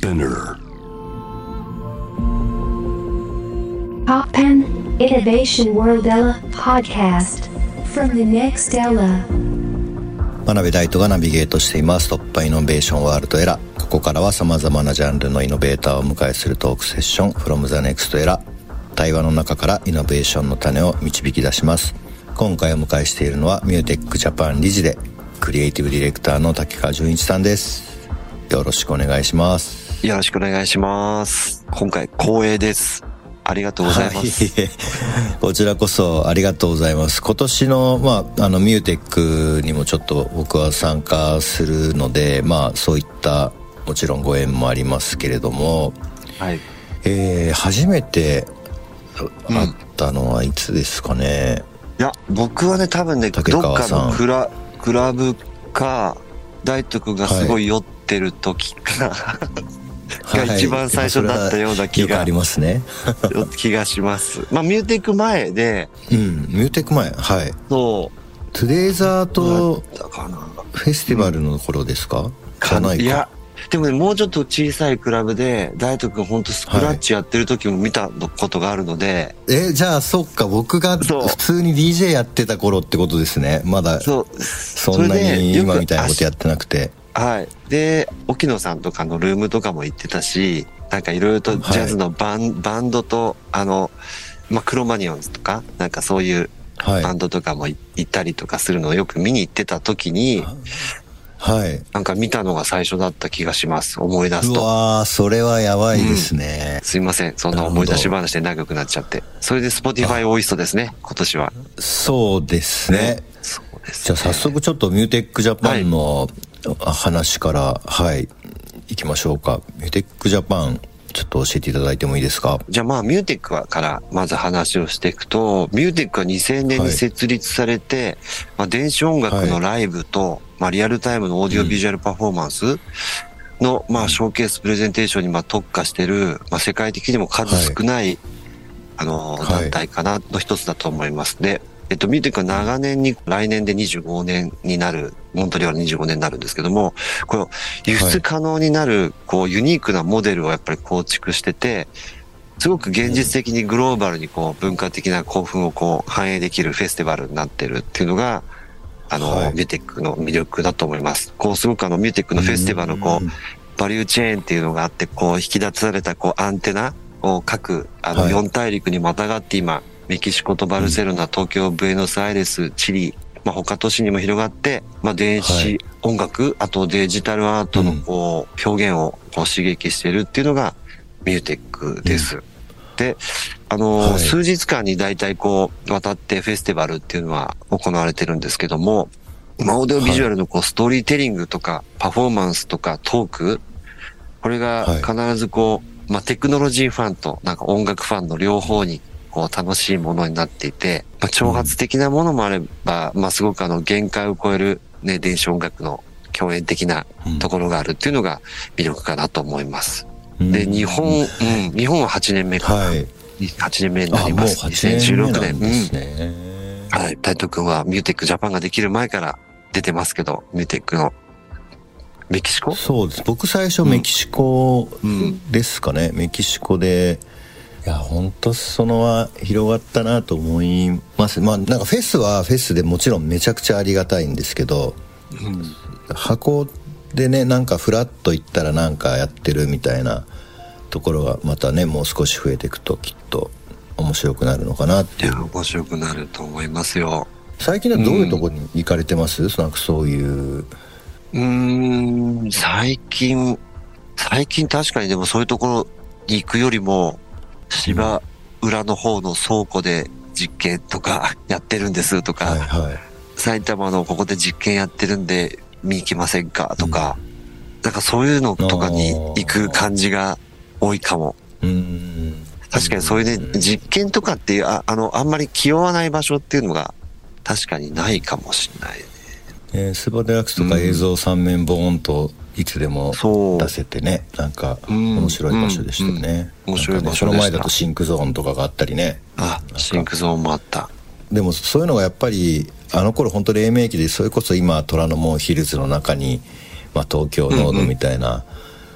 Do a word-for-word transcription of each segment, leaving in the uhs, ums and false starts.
Spinner Poppen Innovation World Ella Podcast from the next Ella。 真鍋大斗がナビゲートしています突破イノベーションワールドエラ。ここからはさまざまなジャンルのイノベーターをお迎えするトークセッション from the next Era。 対話の中からイノベーションの種を導き出します。今回お迎えしているのはミューテックジャパン理事でクリエイティブディレクターの竹川純一さんです。よろしくお願いします。 よろしくお願いします。今回光栄です。ありがとうございます、 はい、こちらこそありがとうございます。今年の、まあ、あのミューテックにもちょっと僕は参加するので、まあ、そういったもちろんご縁もありますけれども、 はい、 えー、初めて会ったのはいつですかね、 うん、いや僕はね多分ねどっかのクラ、クラブか大斗くんがすごい酔ってる時か、はい、が一番最初だったような気が、 よくありますね気がします。まあミューテック前で、 うん、ミューテック前、はい、 そうトゥデイザーとフェスティバルの頃ですか、うん、じゃないか。 いやでもねもうちょっと小さいクラブで大斗くん本当スクラッチやってる時も見たことがあるので、 はい、えじゃあそっか僕が普通に ディージェー やってた頃ってことですね。まだそんなに今みたいなことやってなくて、 はい。で、沖野さんとかのルームとかも行ってたし、なんかいろいろとジャズのバン、はい、バンドと、あの、まあ、クロマニオンズとか、なんかそういうバンドとかも行ったりとかするのをよく見に行ってた時に、はい。なんか見たのが最初だった気がします。思い出すと。 うわー、それはやばいですね、 うん。すいません。そんな思い出し話で長くなっちゃって。それで Spotify オーイストですね、今年は。 そうですね。ねそうですね。じゃあ早速ちょっとミューテックジャパンの、はい、話からはい行きましょうか。ミューテックジャパンちょっと教えていただいてもいいですか。 じゃあまあミューテックからまず話をしていくと、ミューテックはにせんねんに設立されて、はい、まあ、電子音楽のライブと、はい、まあ、リアルタイムのオーディオビジュアルパフォーマンスの、うん、まあショーケースプレゼンテーションにまあ特化してる、まあ、世界的にも数少ない、はい、あの団体かなの一つだと思います。でえっと、ミューテックは長年に、来年でにじゅうごねんになる、モントリオールにじゅうごねんになるんですけども、これ輸出可能になる、こう、ユニークなモデルをやっぱり構築してて、すごく現実的にグローバルにこう、文化的な興奮をこう、反映できるフェスティバルになってるっていうのが、あの、はい、ミューテックの魅力だと思います。こう、すごくあの、ミューテックのフェスティバルのこう、バリューチェーンっていうのがあって、こう、引き出されたこう、アンテナを各、あの、よん大陸にまたがって今、メキシコとバルセロナ、東京、ブエノスアイレス、チリ、まあ、他都市にも広がって、まあ、電子音楽、はい、あとデジタルアートのこう、表現をこう刺激しているっていうのがミューテックです。うん、で、あの、はい、数日間に大体こう、渡ってフェスティバルっていうのは行われてるんですけども、まあ、オーディオビジュアルのこう、ストーリーテリングとか、パフォーマンスとかトーク、これが必ずこう、まあ、テクノロジーファンとなんか音楽ファンの両方にこう楽しいものになっていて、まあ、挑発的なものもあれば、うん、まあすごくあの限界を超えるね、電子音楽の共演的なところがあるっていうのが魅力かなと思います。うん、で、日本、うん、日本ははちねんめか、はい、はちねんめになります。にせんじゅうろくねん。ですね。うん、はい。大斗くんはミューテックジャパンができる前から出てますけど、ミューテックのメキシコ？ そうです。僕最初メキシコですかね。うん、メキシコで、いや本当そのは広がったなと思います。まあなんかフェスはフェスでもちろんめちゃくちゃありがたいんですけど、うん、箱でねなんかフラッと行ったらなんかやってるみたいなところがまたねもう少し増えていくときっと面白くなるのかなっていう。 いや面白くなると思いますよ。 最近はどういうところに行かれてます？うん、なんかそういう。うーん最近最近確かにでもそういうところに行くよりも芝浦の方の倉庫で実験とかやってるんですとか、はいはい、埼玉のここで実験やってるんで見に行きませんかとか、うん、なんかそういうのとかに行く感じが多いかも。うん、確かにそういうね、実験とかっていうあ、あの、あんまり気負わない場所っていうのが確かにないかもしれないね。 えー、スーパーデラックスとか映像さん面ボーンといつでも出せてね、なんか面白い場所でしたよね。 うんうん、面白い場所でした。 ね、その前だとシンクゾーンとかがあったりね。 あ、シンクゾーンもあった。 でもそういうのがやっぱりあの頃本当黎明期で、それこそ今虎ノ門ヒルズの中に、まあ、東京ノードみたいな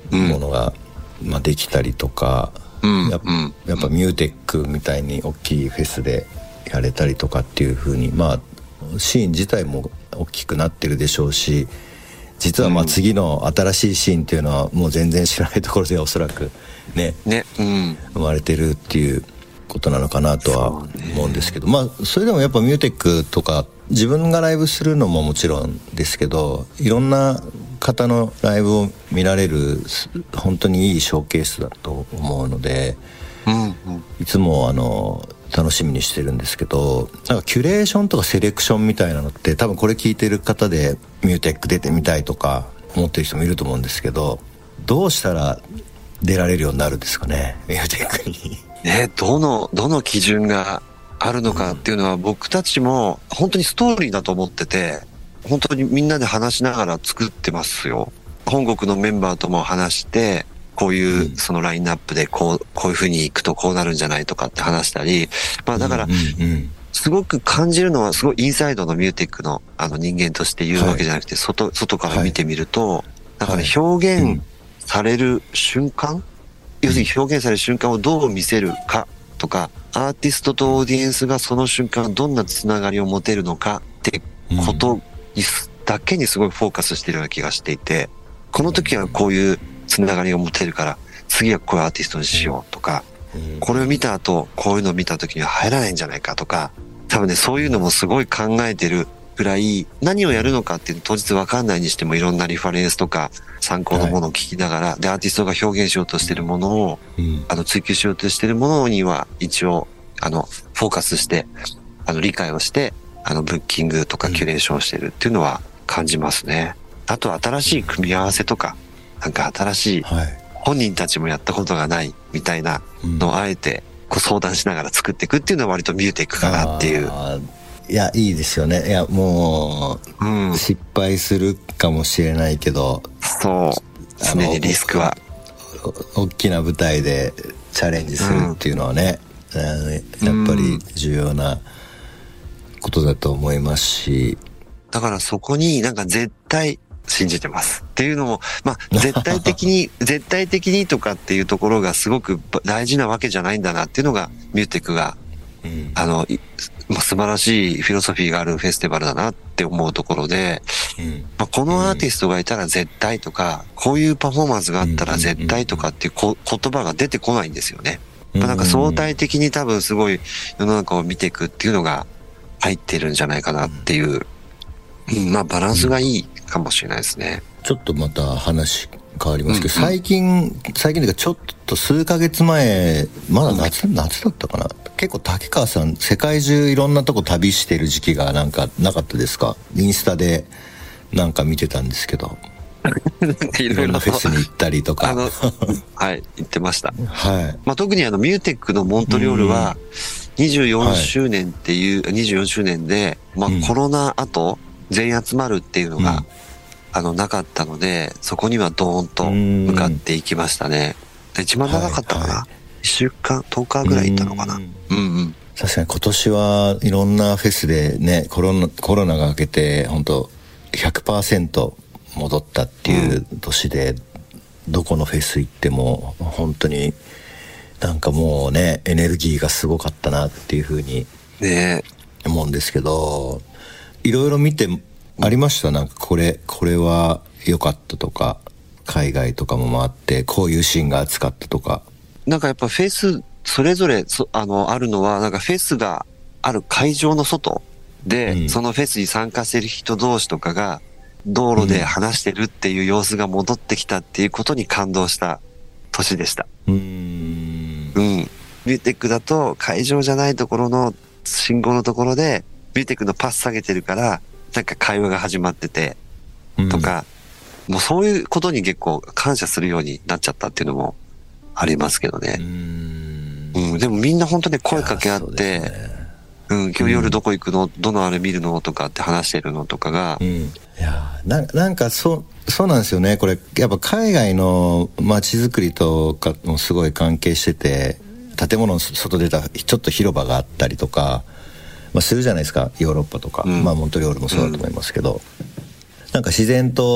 ものが、まあ、できたりとか、うん、やっぱ、うん、やっぱミューテックみたいに大きいフェスでやれたりとかっていう風に、まあシーン自体も大きくなってるでしょうし、実はまあ次の新しいシーンっていうのはもう全然知らないところではおそらくね、ね、うん、生まれてるっていうことなのかなとは思うんですけど、まあそれでもやっぱミューテックとか自分がライブするのももちろんですけど、いろんな方のライブを見られる本当にいいショーケースだと思うので、うんうん、いつもあの楽しみにしてるんですけど、なんかキュレーションとかセレクションみたいなのって多分これ聞いてる方でミューテック出てみたいとか思ってる人もいると思うんですけど、どうしたら出られるようになるんですかね、ミューテックに。 ね、どのどの基準があるのかっていうのは僕たちも本当にストーリーだと思ってて、本当にみんなで話しながら作ってますよ。本国のメンバーとも話して、こういうそのラインナップでこう、こういう風に行くとこうなるんじゃないとかって話したり、まあだから、すごく感じるのはすごいインサイドのミューテックのあの人間として言うわけじゃなくて、外、外から見てみると、だから表現される瞬間、要するに表現される瞬間をどう見せるかとか、アーティストとオーディエンスがその瞬間どんなつながりを持てるのかってことだけにすごいフォーカスしてるような気がしていて、この時はこういうつながりを持てるから次はこういうアーティストにしようとか、これを見た後こういうのを見た時には入らないんじゃないかとか、多分ねそういうのもすごい考えてるくらい、何をやるのかっていうの当日わかんないにしてもいろんなリファレンスとか参考のものを聞きながら、はい、でアーティストが表現しようとしてるものを、うん、あの追求しようとしてるものには一応あのフォーカスしてあの理解をしてあのブッキングとかキュレーションしてるっていうのは感じますね。あと新しい組み合わせとか、なんか新しい本人たちもやったことがないみたいなのをあえてこう相談しながら作っていくっていうのは割とミューテックかなっていう。 いやいいですよね。いやもう、うん、失敗するかもしれないけど、 そう常にリスクは大きな舞台でチャレンジするっていうのはね、うん、やっぱり重要なことだと思いますし、 だからそこになんか絶対信じてますっていうのも、まあ絶対的に絶対的にとかっていうところがすごく大事なわけじゃないんだなっていうのがミューテックが、うん、あの素晴らしいフィロソフィーがあるフェスティバルだなって思うところで、うんまあ、このアーティストがいたら絶対とか、こういうパフォーマンスがあったら絶対とかっていうこ言葉が出てこないんですよね。まあ、なんか相対的に多分すごい世の中を見ていくっていうのが入ってるんじゃないかなっていう、うん、まあバランスがいいかもしれないですね。 ちょっとまた話変わりますけど、うんうん、最近最近というかちょっと数ヶ月前、まだ夏、うん、夏だったかな、結構竹川さん世界中いろんなとこ旅してる時期がなんかなかったですか？インスタでなんか見てたんですけどいろんなフェスに行ったりとかはい行ってました、 はいまあ、特にあのミューテックのモントリオールはにじゅうよんしゅうねんっていう、はい、にじゅうよんしゅうねんで、まあ、コロナ後全員集まるっていうのが、うん、あのなかったので、そこにはドーンと向かっていきましたね。で一番長かったかな、はいはい、いっしゅうかんとおかぐらい行ったのかな。うんうん確かに今年はいろんなフェスでね、コロナ、コロナが明けて本当 ひゃくパーセント 戻ったっていう年で、うん、どこのフェス行っても本当になんかもうねエネルギーがすごかったなっていうふうに思うんですけど、いろいろ見てありました？なんかこれこれは良かったとか、海外とかも回ってこういうシーンが熱かったとか。 なんかやっぱフェスそれぞれそあのあるのは、なんかフェスがある会場の外で、うん、そのフェスに参加してる人同士とかが道路で話してるっていう様子が戻ってきたっていうことに感動した年でした。うーん、うん、ミューテックだと会場じゃないところの信号のところでミューテックのパス下げてるからなんか会話が始まっててとか、うん、もうそういうことに結構感謝するようになっちゃったっていうのもありますけどね。うーんうん、でもみんな本当に声かけ合って、ね、うん、今日夜どこ行くの、うん、どのあれ見るのとかって話してるのとかが、うん、いや な, なんかそうそうなんですよね。これやっぱ海外の街づくりとかもすごい関係してて、建物の外出たちょっと広場があったりとか、まあ、するじゃないですか、ヨーロッパとか、うん、まあモントリオールもそうだと思いますけど、うん、なんか自然と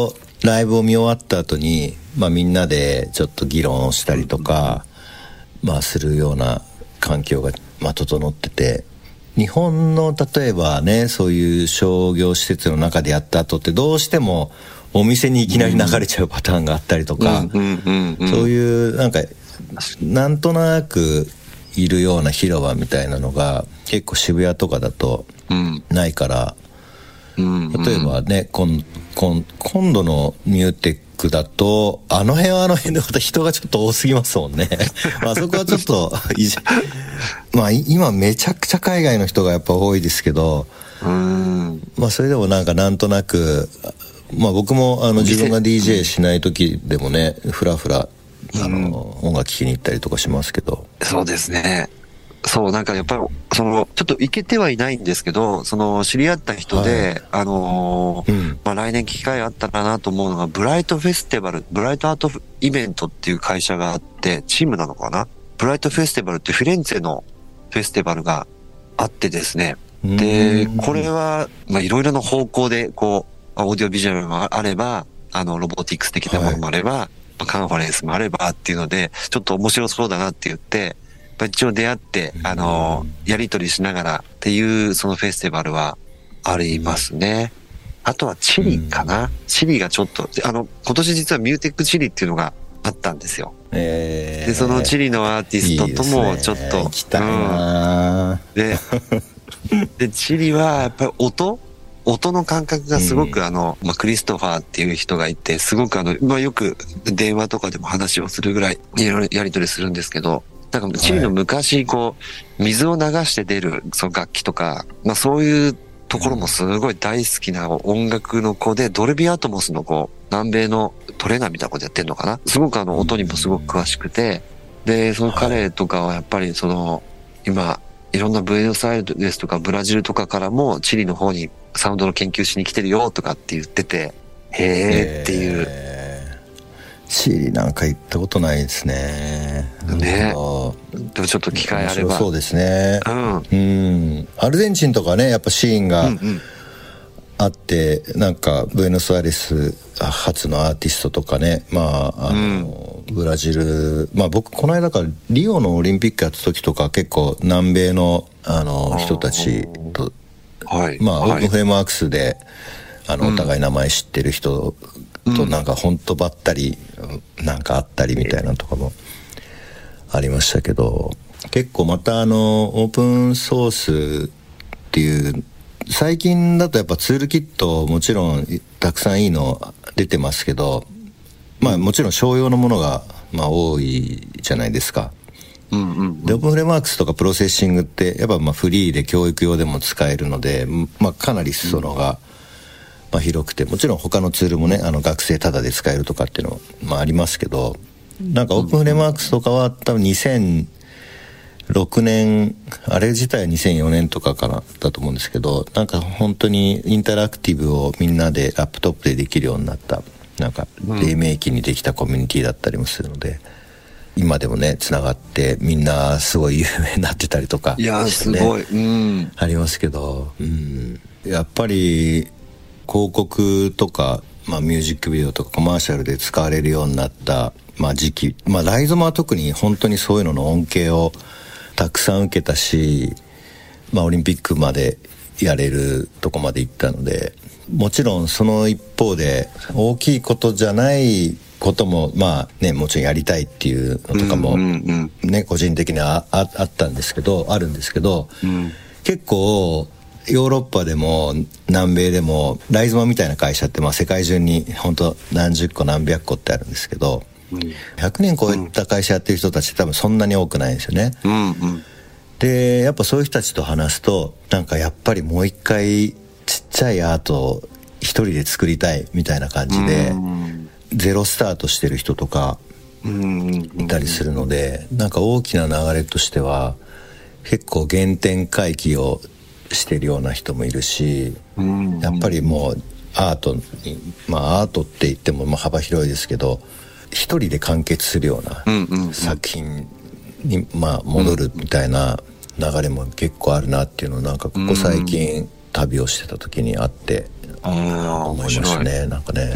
ライブを見終わった後に、まあ、みんなでちょっと議論をしたりとか、まあ、するような環境が、まあ、整ってて、日本の例えばねそういう商業施設の中でやった後ってどうしてもお店にいきなり流れちゃうパターンがあったりとか、そういうなんかなんとなくいるような広場みたいなのが結構渋谷とかだとないから、うんうん、例えばね今, 今, 今度のミューテックだとあの辺はあの辺でまた人がちょっと多すぎますもんねまあそこはちょっとまあ今めちゃくちゃ海外の人がやっぱ多いですけど、うんまあそれでもなんかなんとなくまあ僕もあの自分が ディージェー しない時でもねフラフラあの、うん、音楽聴きに行ったりとかしますけど。 そうですね。そうなんかやっぱりそのちょっと行けてはいないんですけど、その知り合った人で、はい、あのーうん、まあ来年機会あったらなと思うのがブライトフェスティバル、ブライトアートイベントっていう会社があってチームなのかな。ブライトフェスティバルってフィレンツェのフェスティバルがあってですね。でこれはまあいろいろな方向でこうオーディオビジュアルもあればあのロボティクス的なものもあれば、はい、カンファレンスもあればっていうのでちょっと面白そうだなって言って。一応出会って、あの、やりとりしながらっていうそのフェスティバルはありますね。あとはチリかな、うん、チリがちょっと、あの、今年実はミューテックチリっていうのがあったんですよ。えー、で、そのチリのアーティストともちょっと、いいですね、行きたいな、うん、で、で、チリはやっぱり音音の感覚がすごく、うん、あの、まあ、クリストファーっていう人がいて、すごくあの、まあ、よく電話とかでも話をするぐらいいろいろやりとりするんですけど、なんかチリの昔こう水を流して出るその楽器とか、まあそういうところもすごい大好きな音楽の子で、ドルビーアトモスのこう南米のトレーナーみたいなことやってんのかな。すごくあの音にもすごく詳しくて、でその彼とかはやっぱりその今いろんなブエノスアイレスとかブラジルとかからもチリの方にサウンドの研究しに来てるよとかって言ってて、へーっていう。 チリなんか行ったことないですね。 ね。でもちょっと機会あれば。 そうですね。うん。うん。アルゼンチンとかね、やっぱシーンがあって、うんうん、なんかブエノスアイレス初のアーティストとかね、まああの、うん、ブラジル、まあ僕この間からリオのオリンピックやった時とか結構南米のあの人たちと、はい、まあ、はい、オープンフレームワークスであのお互い名前知ってる人。となんか本当ばったりなんかあったりみたいなのとかもありましたけど、結構またあのオープンソースっていう最近だとやっぱツールキットもちろんたくさんいいの出てますけど、まあもちろん商用のものがまあ多いじゃないですか。うんうんうん、でオープンフレームワークスとかプロセッシングってやっぱまあフリーで教育用でも使えるので、まあかなり裾野が、うんまあ、広くてもちろん他のツールもねあの学生タダで使えるとかっていうのも、まあ、ありますけど、なんかオープンフレームワークスとかは多分にせんろくねんあれ自体はにせんよねんとかからだと思うんですけど、なんか本当にインタラクティブをみんなでラップトップでできるようになったなんか黎明期にできたコミュニティだったりもするので、今でもねつながってみんなすごい有名になってたりとか、ね、 いやすごい、うん、 ありますけど、うん、やっぱり広告とか、まあ、ミュージックビデオとかコマーシャルで使われるようになった、まあ、時期、まあ、ライゾマは特に本当にそういうのの恩恵をたくさん受けたし、まあ、オリンピックまでやれるとこまで行ったので、もちろんその一方で大きいことじゃないこともまあねもちろんやりたいっていうのとかもね、うんうん、個人的には あ, あったんですけどあるんですけど、うん、結構ヨーロッパでも南米でもライゾマみたいな会社ってまあ世界中に本当何十個何百個ってあるんですけど、うん、ひゃくねん超えた会社やってる人たちって多分そんなに多くないんですよね、うんうん、でやっぱそういう人たちと話すとなんかやっぱりもう一回ちっちゃいアートを一人で作りたいみたいな感じで、うん、ゼロスタートしてる人とかいたりするので、なんか大きな流れとしては結構原点回帰をしてるような人もいるし、うんうん、やっぱりもうアートにまあアートって言ってもまあ幅広いですけど一人で完結するような作品にまあ戻るみたいな流れも結構あるなっていうのをなんかここ最近旅をしてた時にあって思いましたね。なんかね、 うん、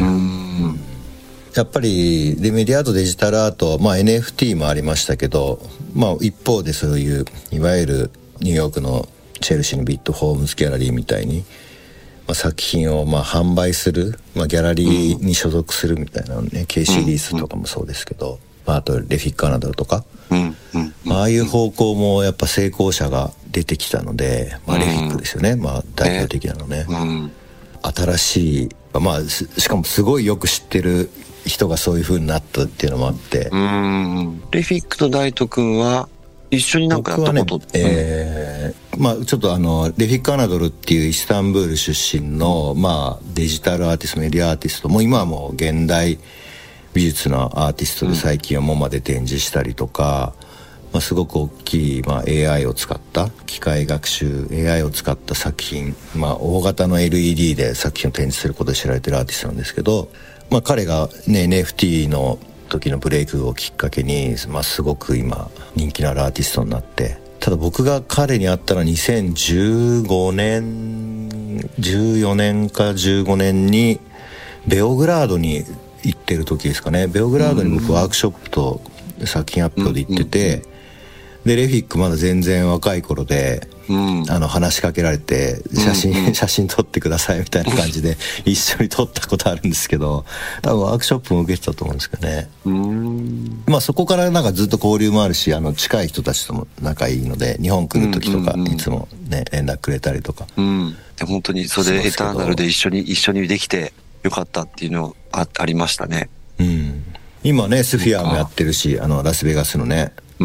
やっぱりでメディアアート、デジタルアート、まあ、エヌエフティー もありましたけど、まあ、一方でそういういわゆるニューヨークのチェルシーのビットホームズギャラリーみたいに、まあ、作品をまあ販売する、まあ、ギャラリーに所属するみたいなのね、うん、ケーシー リースとかもそうですけど、まあ、あとレフィック・アナダルとか、 うんうんうん、 ああいう方向もやっぱ成功者が出てきたので、まあ、レフィックですよね、うん、まあ、代表的なのね、 うん、 新しい、まあ、しかもすごいよく知ってる人がそういう風になったっていうのもあって、 うん、レフィックと大斗くんは一緒になんかやったこと、 僕はね、えー、まあちょっとあのレフィック・アナドルっていうイスタンブール出身の、まあ、デジタルアーティスト、メディアアーティストも今はもう現代美術のアーティストで最近はモマで展示したりとか、うん、まあ、すごく大きい、まあ、エーアイ を使った機械学習 エーアイ を使った作品、まあ、大型の エルイーディー で作品を展示することで知られてるアーティストなんですけど、まあ、彼が、ね、エヌエフティー の時のブレイクをきっかけに、まあ、すごく今人気のあるアーティストになって、ただ僕が彼に会ったのはにせんじゅうごねんじゅうよねんかじゅうごねんにベオグラードに行ってる時ですかね。ベオグラードに僕ワークショップと作品発表で行ってて、でレフィックまだ全然若い頃で、うん、あの話しかけられて写真、うん、写真撮ってくださいみたいな感じで一緒に撮ったことあるんですけど、多分ワークショップも受けてたと思うんですけどね。うん、まあそこからなんかずっと交流もあるし、あの近い人たちとも仲いいので、日本来る時とかいつもね連絡くれたりとか、 うん、で本当にそれでエターナルで一緒に一緒にできてよかったっていうの あ, ありましたね。 うん、今ねスフィアもやってるし、あのラスベガスのね、 うん、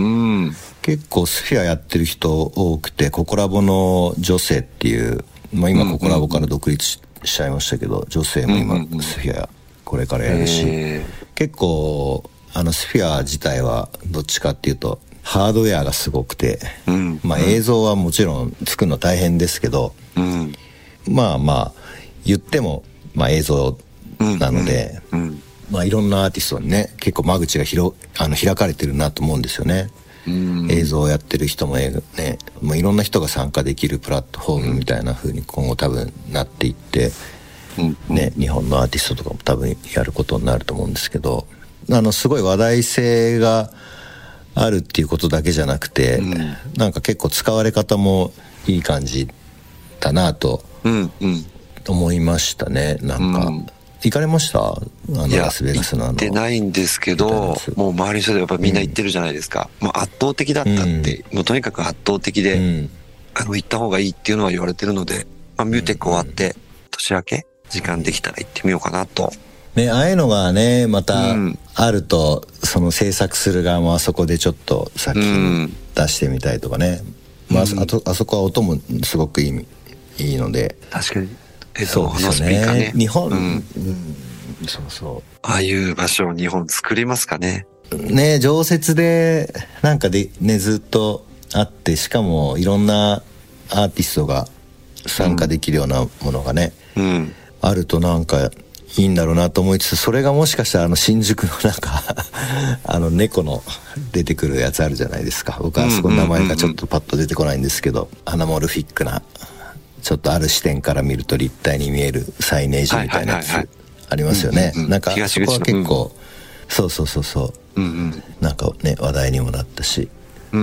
結構スフィアやってる人多くて、ココラボの女性っていう、まあ、今ココラボから独立 し,、うん、しちゃいましたけど、女性も今スフィアこれからやるし、結構あのスフィア自体はどっちかっていうとハードウェアがすごくて、うん、まあ、映像はもちろん作るの大変ですけど、うん、まあまあ言っても、まあ、映像なので、うんうんうん、まあ、いろんなアーティストにね結構間口が広あの開かれてるなと思うんですよね。うん、映像をやってる人も、ね、もういろんな人が参加できるプラットフォームみたいな風に今後多分なっていって、うんね、日本のアーティストとかも多分やることになると思うんですけど、あのすごい話題性があるっていうことだけじゃなくて、うん、なんか結構使われ方もいい感じだなと思いましたね。なんか、うん、行かれました？あのラスベガスのあの。 行ってないんですけど、もう周りの人でやっぱみんな行ってるじゃないですか。うん、もう圧倒的だったって、うん、もうとにかく圧倒的で、うん、あの行った方がいいっていうのは言われてるので、まあ、ミューテック終わって年明け時間できたら行ってみようかなと。 ね、ああいうのがねまたあると、うん、その制作する側もあそこでちょっと作品出してみたいとかね、うん、まあ、あ, とあそこは音もすごくいいいいので、 確かにそうですよね、ね、日本、うんうん、そうそう、 ああいう場所を日本作りますかね。 ね、常設でなんかでねずっとあって、しかもいろんなアーティストが参加できるようなものがね、うん、あるとなんかいいんだろうなと思いつつ、それがもしかしたらあの新宿のなんかあの猫の出てくるやつあるじゃないですか。僕はそこの名前がちょっとパッと出てこないんですけど、アナモルフィックなちょっとある視点から見ると立体に見えるサイネージみたいなやつありますよね。なんかそこは結構、うん、そうそうそうそう、うんうん、なんかね話題にもなったし、 うん、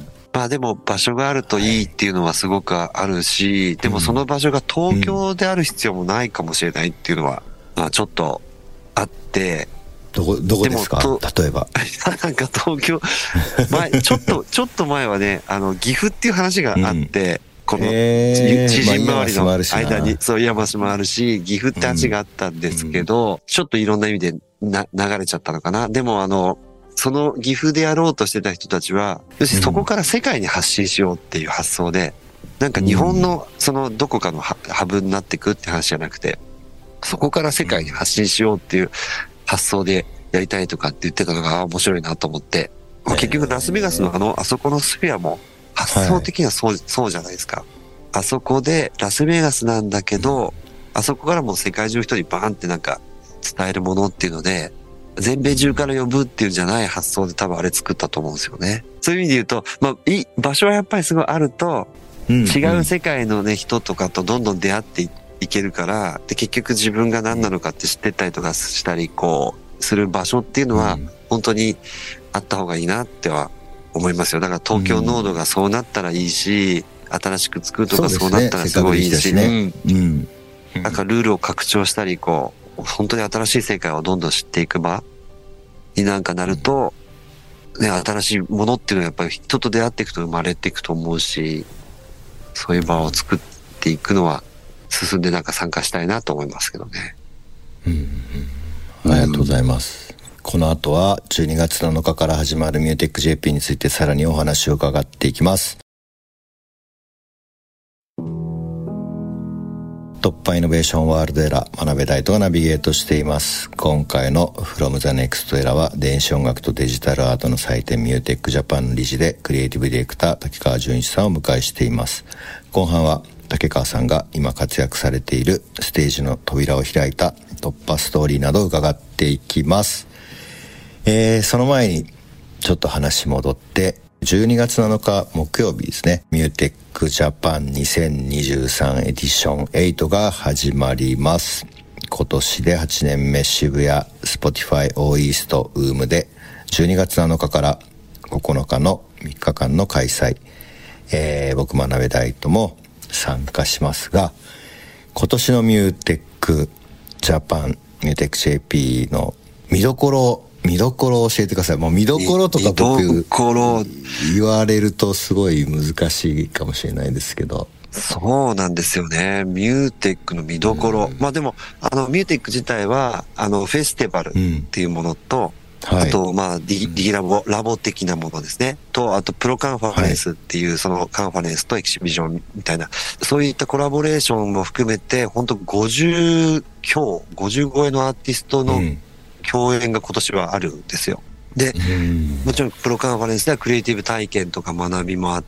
まあでも場所があるといいっていうのはすごくあるし、でもその場所が東京である必要もないかもしれないっていうのは、まあちょっとあって、 どこどこですか？例えばなんか東京前ちょっとちょっと前はね、あの岐阜っていう話があって、うん、この知人周りの間に、そう山市もあるし岐阜って橋があったんですけど、うんうん、ちょっといろんな意味でな流れちゃったのかな。でもあのその岐阜でやろうとしてた人たちは、要するにそこから世界に発信しようっていう発想で、なんか日本のそのどこかのハブになっていくって話じゃなくて、そこから世界に発信しようっていう発想でやりたいとかって言ってたのが面白いなと思って、まあ、結局ラスベガスのあのあそこのスフィアも発想的にはそう、はい、そうじゃないですか。あそこでラスベガスなんだけど、あそこからもう世界中の人にバーンってなんか伝えるものっていうので、全米中から呼ぶっていうんじゃない発想で多分あれ作ったと思うんですよね。そういう意味で言うと、まあ、いい場所はやっぱりすごいあると、うん、違う世界のね人とかとどんどん出会っていいけるから、で、結局自分が何なのかって知ってったりとかしたり、こう、する場所っていうのは、本当にあった方がいいなっては思いますよ。だから東京ノードがそうなったらいいし、新しく作るとかそうなったらすごいいいしね。うん。なんかルールを拡張したり、こう、本当に新しい世界をどんどん知っていく場になんかなると、ね、新しいものっていうのはやっぱり人と出会っていくと生まれていくと思うし、そういう場を作っていくのは進んでなんか参加したいなと思いますけどね。 うんうん、ありがとうございます。うん、この後はじゅうにがつなのかから始まるミューテック ジェーピー についてさらにお話を伺っていきます。突破イノベーションワールドエラー、真鍋大斗がナビゲートしています。今回の From the Next Era は電子音楽とデジタルアートの祭典ミューテックジャパンの理事でクリエイティブディレクター竹川純一さんをお迎えしています。後半は竹川さんが今活躍されているステージの扉を開いた突破ストーリーなどを伺っていきます。えー、その前にちょっと話戻ってじゅうにがつなのか木曜日ですね、ミューテックジャパンにせんにじゅうさんエディションはちが始まります。今年ではちねんめ、渋谷スポティファイオーイーストウームでじゅうにがつなのかからここのかのみっかかんの開催、えー、僕真鍋大斗も参加しますが、今年のミューテックジャパンミューテック ジェーピー の見どころを見どころを教えてください。もう見どころとか僕言われるとすごい難しいかもしれないですけど。 そうなんですよね。ミューテックの見どころ。うん、まあでも、あの、ミューテック自体は、あの、フェスティバルっていうものと、うん、はい、あと、まあ、ディ、ディラボ、ラボ的なものですね。と、あと、プロカンファレンスっていう、はい、そのカンファレンスとエキシビジョンみたいな、そういったコラボレーションも含めて、本当ごじゅうきょう、ごじゅう超えのアーティストの、うん共演が今年はあるんですよ。で、もちろんプロカンファレンスではクリエイティブ体験とか学びもあって、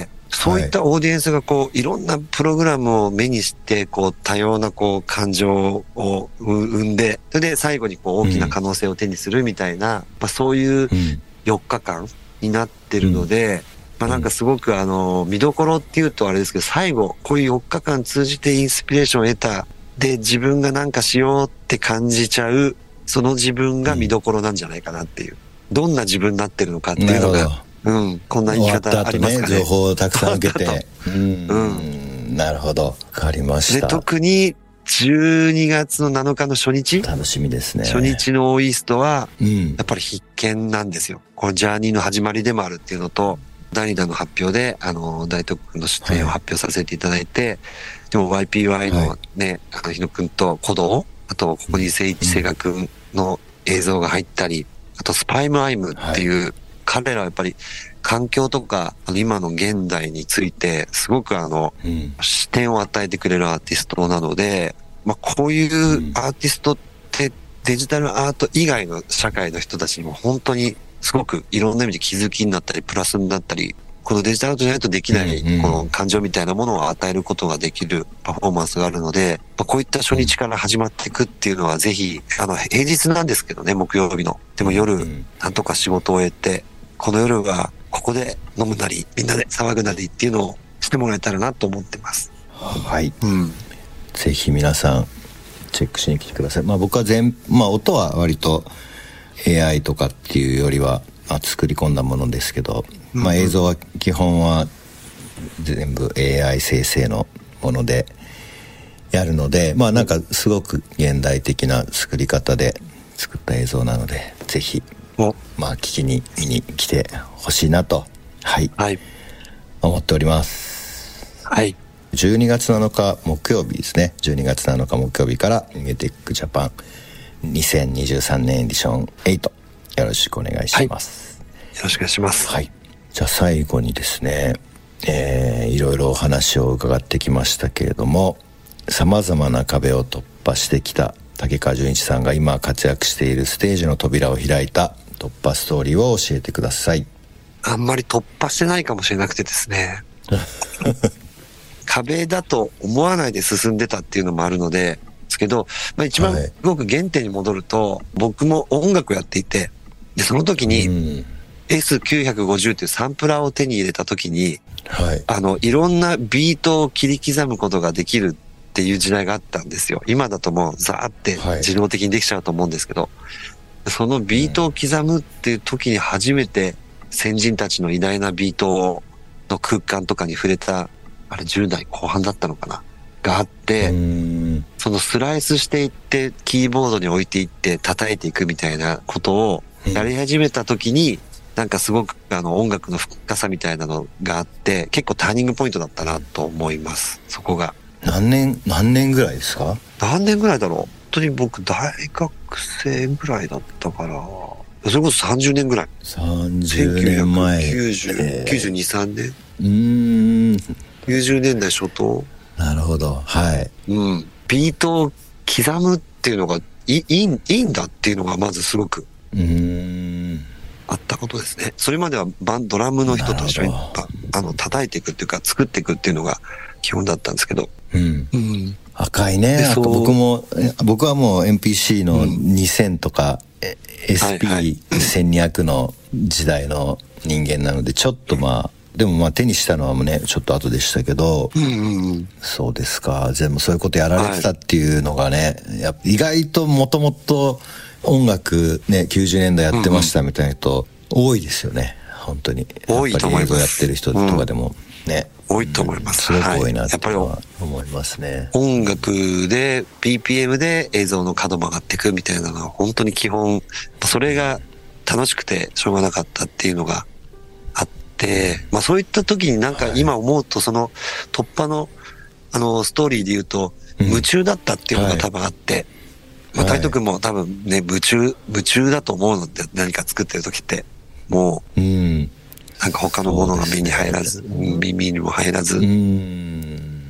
そういったオーディエンスがこう、いろんなプログラムを目にして、こう、多様なこう、感情を生んで、それで最後にこう、大きな可能性を手にするみたいな、うん、まあそういうよっかかんになってるので、うん、まあなんかすごくあの、見どころっていうとあれですけど、最後、こういうよっかかん通じてインスピレーションを得た、で、自分がなんかしようって感じちゃう、その自分が見どころなんじゃないかなっていう。どんな自分になってるのかっていうのが、うん、こんな言い方ありますかね。 ね、情報をたくさん受けて。うん、うん、なるほど。わかりました。 で、特にじゅうにがつのなのかの初日。 楽しみですね。 初日のオーイーストは、やっぱり必見なんですよ。このジャーニーの始まりでもあるっていうのと、ダニダの発表で、あの、大東区の出演を発表させていただいて、はい、でも ワイピーワイ のね、はい、あの、日野くんと鼓動、あと、ここに聖一聖賀くんの映像が入ったり、あと、スパイムアイムっていう、はい、彼らはやっぱり、環境とか、あの、今の現代について、すごくあの、うん、視点を与えてくれるアーティストなので、まあ、こういうアーティストって、デジタルアート以外の社会の人たちにも本当に、すごくいろんな意味で気づきになったり、プラスになったり、このデジタルアートじゃないとできない、この感情みたいなものを与えることができるパフォーマンスがあるので、こういった初日から始まっていくっていうのはぜひ、あの、平日なんですけどね、木曜日の。でも夜、なんとか仕事を終えて、この夜はここで飲むなり、みんなで騒ぐなりっていうのをしてもらえたらなと思ってます。 はい。うん、ぜひ皆さん、チェックしに来てください。まあ僕は全、まあ音は割と エーアイ とかっていうよりは、まあ、作り込んだものですけど、まあ、映像は基本は全部 エーアイ 生成のものでやるので、まあなんかすごく現代的な作り方で作った映像なので、ぜひまあ聞きに見に来てほしいなと、はい、はい、思っております。 はい。 じゅうにがつなのか木曜日ですね。じゅうにがつなのか木曜日からミューテックジャパンにせんにじゅうさんねんエディションはち、よろしくお願いします。 はい、よろしくお願いします。 はい。じゃあ最後にですね、えー、いろいろお話を伺ってきましたけれども、さまざまな壁を突破してきた竹川純一さんが今活躍しているステージの扉を開いた突破ストーリーを教えてください。 あんまり突破してないかもしれなくてですね壁だと思わないで進んでたっていうのもあるのでですけど、まあ、一番すごく原点に戻ると、はい、僕も音楽をやっていて、でその時に、うん、エスきゅうひゃくごじゅう っていうサンプラーを手に入れた時に、はい、あのいろんなビートを切り刻むことができるってっていう時代があったんですよ。今だともうザーって自動的にできちゃうと思うんですけど、はい、そのビートを刻むっていう時に初めて先人たちの偉大なビートの空間とかに触れた、あれじゅう代後半だったのかながあって、そのスライスしていってキーボードに置いていって叩いていくみたいなことをやり始めた時に、なんかすごくあの音楽の深さみたいなのがあって、結構ターニングポイントだったなと思います。そこが。 何年、何年ぐらいですか？ 何年ぐらいだろう。本当に僕大学生ぐらいだったから、それこそさんじゅうねんぐらい。 さんじゅうねんまえ。 きゅうじゅう、えー、きゅうじゅうに、さんねん。うーん。 きゅうじゅうねんだい初頭。 なるほど。はい。 うん。ビートを刻むっていうのがいい、いい、いいんだっていうのがまずすごく。 うーん。 あったことですね。それまではバンドラムの人と一緒にあの叩いていくっていうか作っていくっていうのが基本だったんですけど。 うん。うん、赤いね。僕も僕はもう エムピーシー のにせんとか、うん、エスピーせんにひゃく の時代の人間なのでちょっとまあでもまあ手にしたのはねちょっと後でしたけど、 うんうんうん、 そうですか。全部そういうことやられてたっていうのがね、はい、や意外ともともと音楽ねきゅうじゅうねんだいやってましたみたいな人、うんうん、多いですよね本当に。 多いと思います。 やっぱり映像やってる人とかでもね、 うん、多いと思います。 すごく多いなって思いますね。 音楽で ビーピーエム で映像の角曲がっていくみたいなのは本当に基本、それが楽しくてしょうがなかったっていうのがあって、まあそういった時になんか今思うとその突破のあのストーリーで言うと夢中だったっていうのが多分あって、うんはいまあ、タイト君も多分ね、夢中、夢中だと思うので、何か作ってる時って、もう、うん、なんか他のものが目に入らず、ね、耳にも入らず。 うん、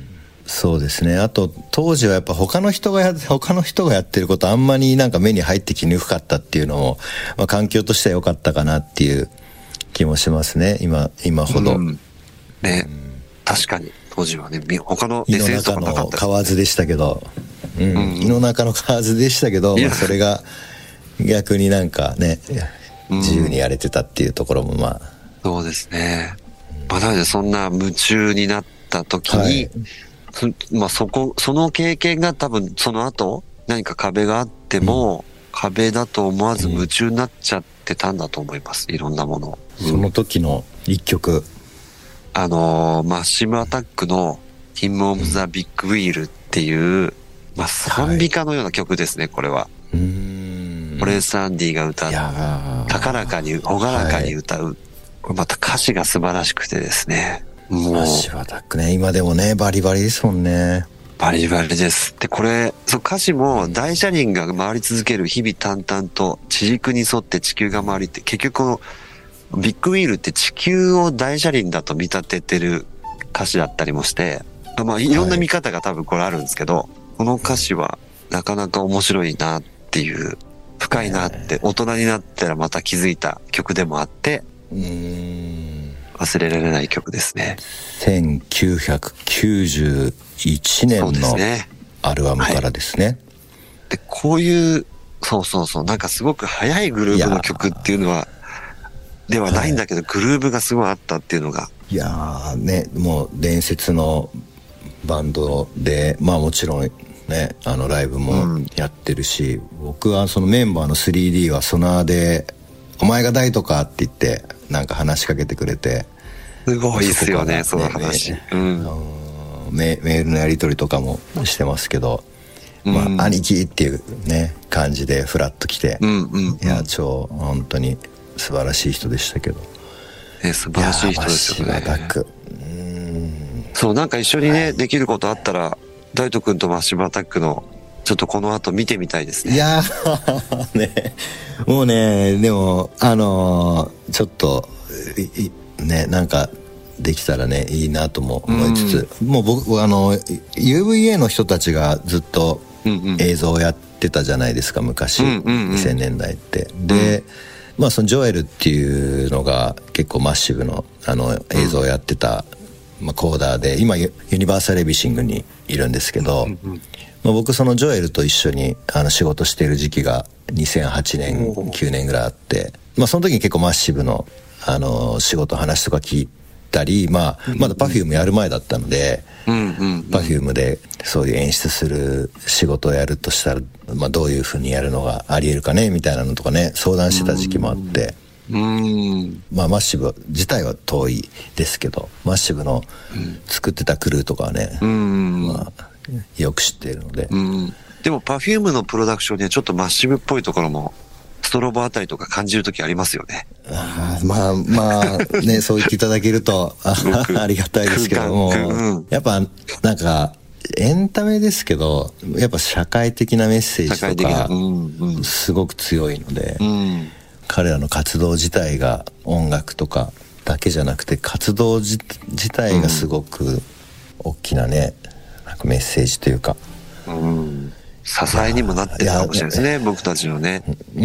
そうですね。あと、当時はやっぱ他の人がや、他の人がやってることあんまりなんか目に入ってきにくかったっていうのも、まあ、環境としては良かったかなっていう気もしますね。今、今ほど。うん、 ね、うん、確かに、当時はね、他の エスエヌエス とかなかったですね。 河でしたけど。うんうん、胃の中の蛙でしたけど、まあ、それが逆になんかね自由にやれてたっていうところもまあ、 うん、そうですね、まあ、なのでそんな夢中になった時に、はいまあ、そこその経験が多分その後何か壁があっても、うん、壁だと思わず夢中になっちゃってたんだと思います、いろんなもの、 うん、その時の一曲あのマッシブアタックの「ヒム・オブ・ザ・ビッグ・ウィール」っていうまあ、賛美歌のような曲ですね、これは。うーん。オレンス・アンディが歌う、高らかに、朗らかに歌う。はい、これまた歌詞が素晴らしくてですね。もう。 マッシュアタックね、今でもね、バリバリですもんね。 バリバリです。で、これ、そう歌詞も大車輪が回り続ける日々淡々と地軸に沿って地球が回りって、結局このビッグウィールって地球を大車輪だと見立ててる歌詞だったりもして、まあいろんな見方が多分これあるんですけど、はいこの歌詞はなかなか面白いなっていう深いなって大人になったらまた気づいた曲でもあってうーん忘れられない曲ですね。 せんきゅうひゃくきゅうじゅういちねんのアルバムからですね。 でこういうそうそうそうなんかすごく速いグルーブの曲っていうのはではないんだけど、はい、グルーブがすごいあったっていうのがいやーねもう伝説のバンドでまあもちろんねあのライブもやってるし、うん、僕はそのメンバーの スリーディー はソナーでお前が大とかって言ってなんか話しかけてくれてすごいですよねその話、うん、 メ, メールのやり取りとかもしてますけど、まあ、うん、兄貴っていうね感じでフラッと来て、うんうんうん、いや超本当に素晴らしい人でしたけど、 ね、素晴らしい人ですよね。 マッシブアタックそうなんか一緒にね、はい、できることあったら大斗くんとマッシブアタックのちょっとこの後見てみたいですね。 いやーねもうねでもあのー、ちょっとねなんかできたらねいいなとも思いつつ、うん、もう僕あの ユーブイエー の人たちがずっと映像をやってたじゃないですか昔、うんうんうん、にせんねんだいってで、うんまあそのジョエルっていうのが結構マッシブのあの映像をやってた、うんまあ、コーダーで今ユニバーサルエビシングにいるんですけど、うんうんまあ、僕そのジョエルと一緒にあの仕事している時期がにせんはちねんきゅうねんぐらいあって、まあ、その時に結構マッシブのあの仕事話とか聞いたり、まあ、まだ Perfume やる前だったので、 うんうんうん、 Perfume でそういう演出する仕事をやるとしたら、まあ、どういうふうにやるのがありえるかねみたいなのとかね相談してた時期もあって、 うん、 まあ、マッシブ自体は遠いですけど、マッシブの作ってたクルーとかはね、うん、まあ、よく知っているので、 うん、でも Perfume のプロダクションにはちょっとマッシブっぽいところもストロボあたりとか感じるときありますよね。 あまあまあねそう言っていただけると あ, ありがたいですけども、うん、やっぱなんかエンタメですけどやっぱ社会的なメッセージとか、うんうん、すごく強いので、うん、彼らの活動自体が音楽とかだけじゃなくて活動自体がすごく大きなね、なんかメッセージというか、うん、 支えにもなってるかもしれないですね、僕たちのね。 うん、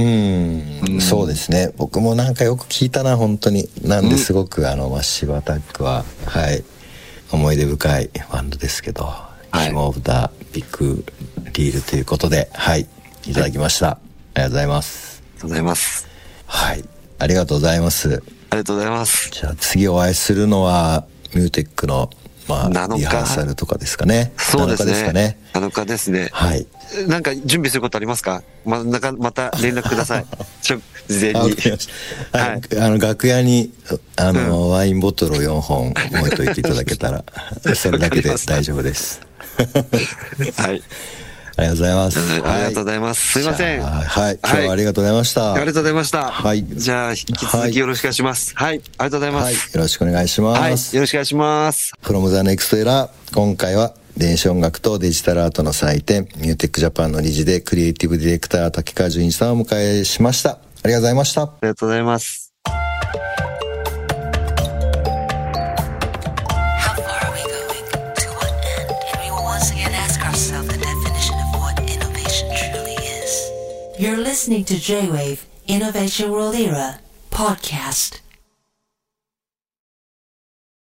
うん、そうですね。僕もなんかよく聞いたな本当に。なんですごく、うん、あのマッシブアタックははい思い出深いバンドですけど、はい、ヒモオブダビッグリールということで、はいいただきました。はい、ありがとうございます。 ありがとうございます。 はい、ありがとうございます。 ありがとうございます。 じゃあ次お会いするのはミューテックのまあ、リハーサルとかですかね。 そうですね。なのかですかね。なのかですね。 はい。 なんか準備することありますか？ま、なんかまた連絡ください。ちょ、事前に。 はい。あの、楽屋に、あの、うん、ワインボトルをよんほん置いといていただけたら、それだけで大丈夫です。 はい。 ありがとうございます。 ありがとうございます。すいません。 はい。今日はありがとうございました。 ありがとうございました。 はい。 じゃあ、引き続きよろしくお願いします。はい。ありがとうございます。はい。よろしくお願いします。はい。 よろしくお願いします。 From the Next Era、今回は電子音楽とデジタルアートの祭典、ミューテックジャパンの理事でクリエイティブディレクター竹川純一さんをお迎えしました。ありがとうございました。ありがとうございます。 You're listening to J-Wave Innovation World Era podcast.